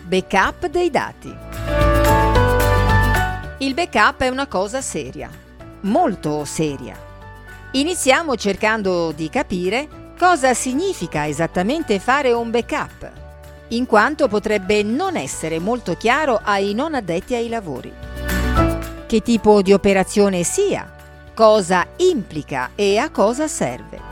Backup dei dati. Il backup è una cosa seria, molto seria. Iniziamo cercando di capire cosa significa esattamente fare un backup, in quanto potrebbe non essere molto chiaro ai non addetti ai lavori. Che tipo di operazione sia, cosa implica e a cosa serve.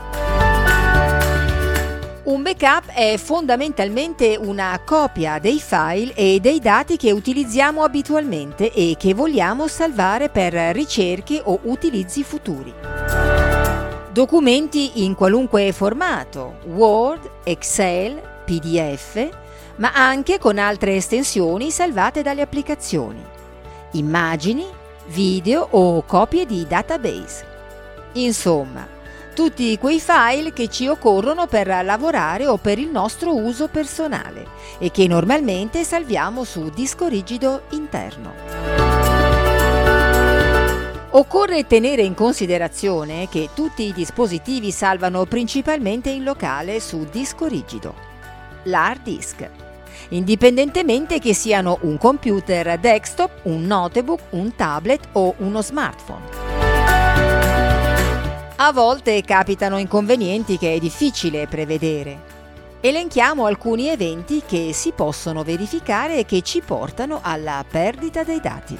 Un backup è fondamentalmente una copia dei file e dei dati che utilizziamo abitualmente e che vogliamo salvare per ricerche o utilizzi futuri. Documenti in qualunque formato, Word, Excel, PDF, ma anche con altre estensioni salvate dalle applicazioni, immagini, video o copie di database. Insomma, tutti quei file che ci occorrono per lavorare o per il nostro uso personale e che normalmente salviamo su disco rigido interno. Occorre tenere in considerazione che tutti i dispositivi salvano principalmente in locale su disco rigido, l'hard disk, indipendentemente che siano un computer desktop, un notebook, un tablet o uno smartphone. A volte capitano inconvenienti che è difficile prevedere. Elenchiamo alcuni eventi che si possono verificare e che ci portano alla perdita dei dati.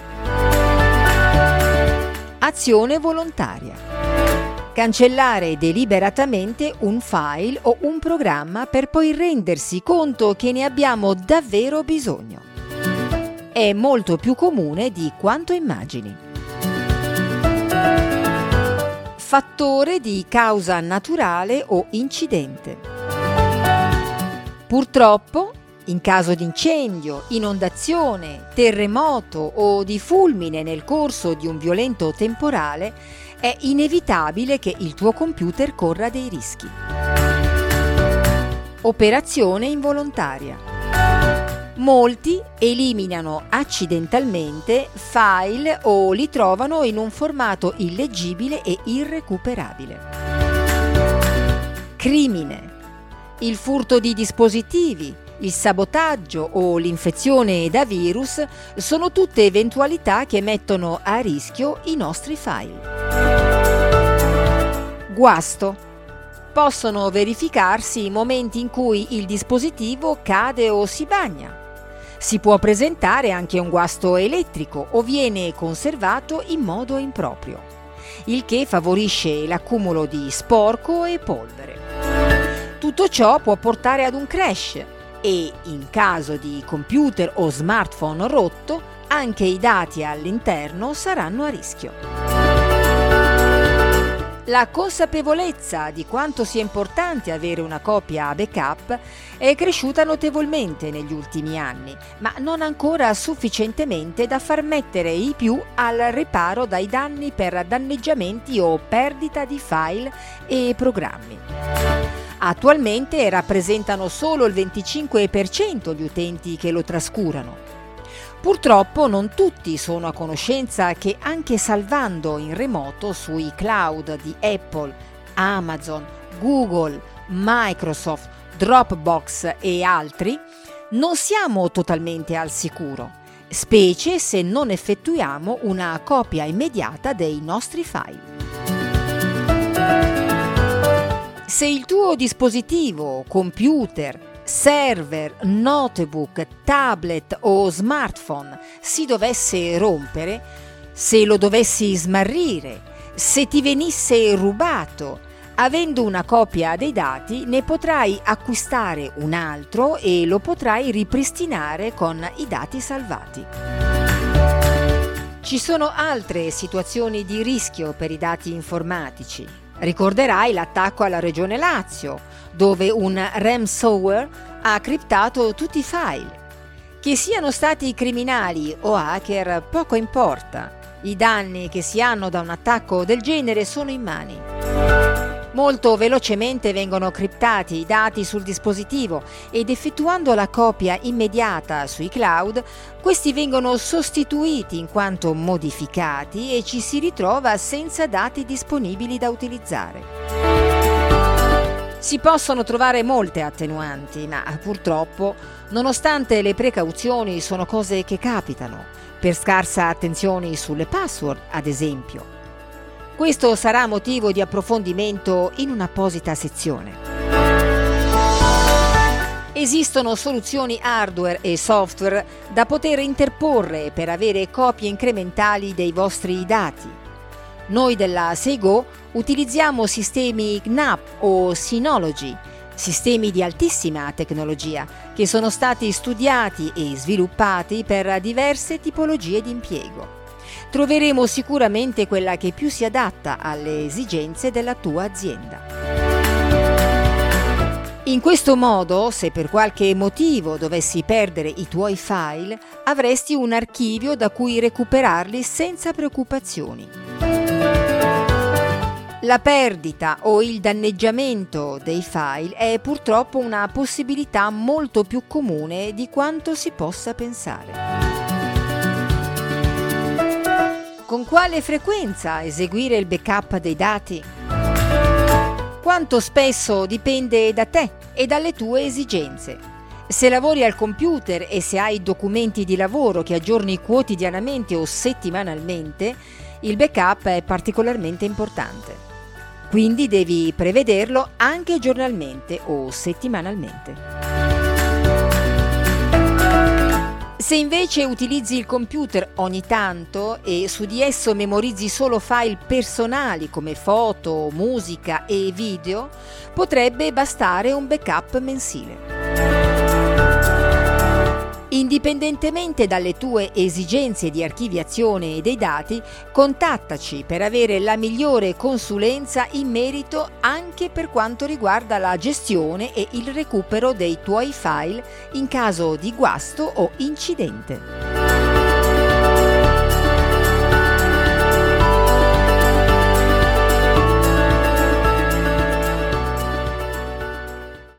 Azione volontaria. Cancellare deliberatamente un file o un programma per poi rendersi conto che ne abbiamo davvero bisogno. È molto più comune di quanto immagini. Fattore di causa naturale o incidente. Purtroppo, in caso di incendio, inondazione, terremoto o di fulmine nel corso di un violento temporale, è inevitabile che il tuo computer corra dei rischi. Operazione involontaria. Molti eliminano accidentalmente file o li trovano in un formato illeggibile e irrecuperabile. Crimine. Il furto di dispositivi, il sabotaggio o l'infezione da virus sono tutte eventualità che mettono a rischio i nostri file. Guasto. Possono verificarsi i momenti in cui il dispositivo cade o si bagna. Si può presentare anche un guasto elettrico o viene conservato in modo improprio, il che favorisce l'accumulo di sporco e polvere. Tutto ciò può portare ad un crash e, in caso di computer o smartphone rotto, anche i dati all'interno saranno a rischio. La consapevolezza di quanto sia importante avere una copia a backup è cresciuta notevolmente negli ultimi anni, ma non ancora sufficientemente da far mettere i più al riparo dai danni per danneggiamenti o perdita di file e programmi. Attualmente rappresentano solo il 25% gli utenti che lo trascurano. Purtroppo non tutti sono a conoscenza che anche salvando in remoto sui cloud di Apple, Amazon, Google, Microsoft, Dropbox e altri, non siamo totalmente al sicuro, specie se non effettuiamo una copia immediata dei nostri file. Se il tuo dispositivo, computer, server, notebook, tablet o smartphone si dovesse rompere, se lo dovessi smarrire, se ti venisse rubato, avendo una copia dei dati ne potrai acquistare un altro e lo potrai ripristinare con i dati salvati. Ci sono altre situazioni di rischio per i dati informatici. Ricorderai l'attacco alla Regione Lazio, dove un ransomware ha criptato tutti i file. Che siano stati criminali o hacker, poco importa. I danni che si hanno da un attacco del genere sono immani. Molto velocemente vengono criptati i dati sul dispositivo ed effettuando la copia immediata sui cloud, questi vengono sostituiti in quanto modificati e ci si ritrova senza dati disponibili da utilizzare. Si possono trovare molte attenuanti, ma purtroppo, nonostante le precauzioni, sono cose che capitano, per scarsa attenzione sulle password, ad esempio. Questo sarà motivo di approfondimento in un'apposita sezione. Esistono soluzioni hardware e software da poter interporre per avere copie incrementali dei vostri dati. Noi della SeiGo utilizziamo sistemi GNAP o Synology, sistemi di altissima tecnologia che sono stati studiati e sviluppati per diverse tipologie di impiego. Troveremo sicuramente quella che più si adatta alle esigenze della tua azienda. In questo modo, se per qualche motivo dovessi perdere i tuoi file, avresti un archivio da cui recuperarli senza preoccupazioni. La perdita o il danneggiamento dei file è purtroppo una possibilità molto più comune di quanto si possa pensare. Con quale frequenza eseguire il backup dei dati? Quanto spesso dipende da te e dalle tue esigenze. Se lavori al computer e se hai documenti di lavoro che aggiorni quotidianamente o settimanalmente, il backup è particolarmente importante. Quindi devi prevederlo anche giornalmente o settimanalmente. Se invece utilizzi il computer ogni tanto e su di esso memorizzi solo file personali come foto, musica e video, potrebbe bastare un backup mensile. Indipendentemente dalle tue esigenze di archiviazione dei dati, contattaci per avere la migliore consulenza in merito anche per quanto riguarda la gestione e il recupero dei tuoi file in caso di guasto o incidente.